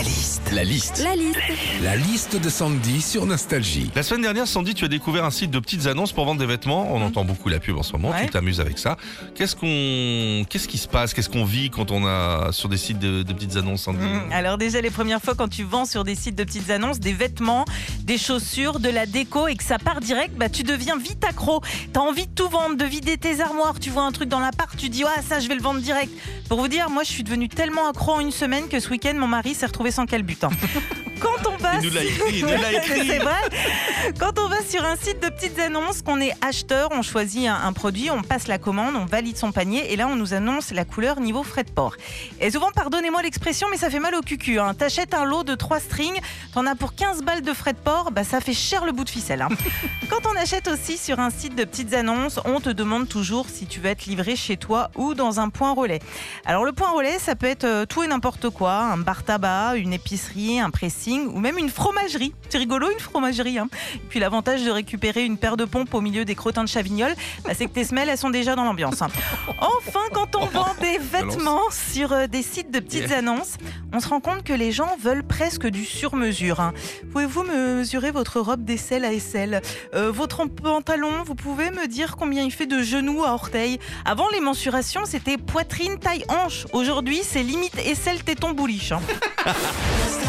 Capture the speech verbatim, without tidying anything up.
liste. La liste. La liste. La liste de Sandy sur Nostalgie. La semaine dernière, Sandy, tu as découvert un site de petites annonces pour vendre des vêtements. On mmh. entend beaucoup la pub en ce moment. Ouais. Tu t'amuses avec ça. Qu'est-ce qu'on, qu'est-ce qui se passe? Qu'est-ce qu'on vit quand on a sur des sites de, de petites annonces, Sandy? mmh. Alors déjà, les premières fois quand tu vends sur des sites de petites annonces des vêtements, des chaussures, de la déco et que ça part direct, bah tu deviens vite accro. T'as envie de tout vendre, de vider tes armoires. Tu vois un truc dans l'appart, tu dis ah ça je vais le vendre direct. Pour vous dire, moi je suis devenue tellement accro en une semaine que ce week-end mon mari s'est retrouvé sans calbut. Hein. Quand on passe, il nous l'a écrit, il nous l'a écrit. C'est vrai. Quand on va sur un site de petites annonces, qu'on est acheteur, on choisit un, un produit, on passe la commande, on valide son panier et là on nous annonce la couleur niveau frais de port. Et souvent, pardonnez-moi l'expression, mais ça fait mal au cucu. Hein. T'achètes un lot de trois strings, t'en as pour quinze balles de frais de port, bah ça fait cher le bout de ficelle. Hein. Quand on achète aussi sur un site de petites annonces, on te demande toujours si tu veux être livré chez toi ou dans un point relais. Alors le point relais, ça peut être tout et n'importe quoi, un bar tabac, une épicerie, un pressing ou même une fromagerie. C'est rigolo une fromagerie. Hein. Et puis l'avantage de récupérer une paire de pompes au milieu des crottins de Chavignol, bah, c'est que tes semelles elles sont déjà dans l'ambiance. Hein. Enfin, quand on vend des vêtements sur euh, des sites de petites yeah. annonces, on se rend compte que les gens veulent presque du sur-mesure. Hein. Pouvez-vous mesurer votre robe d'aisselle à aisselle, euh, votre pantalon, vous pouvez me dire combien il fait de genoux à orteils? Avant les mensurations c'était poitrine, taille, hanche. Aujourd'hui c'est limite aisselle, téton, bouliche. Hein.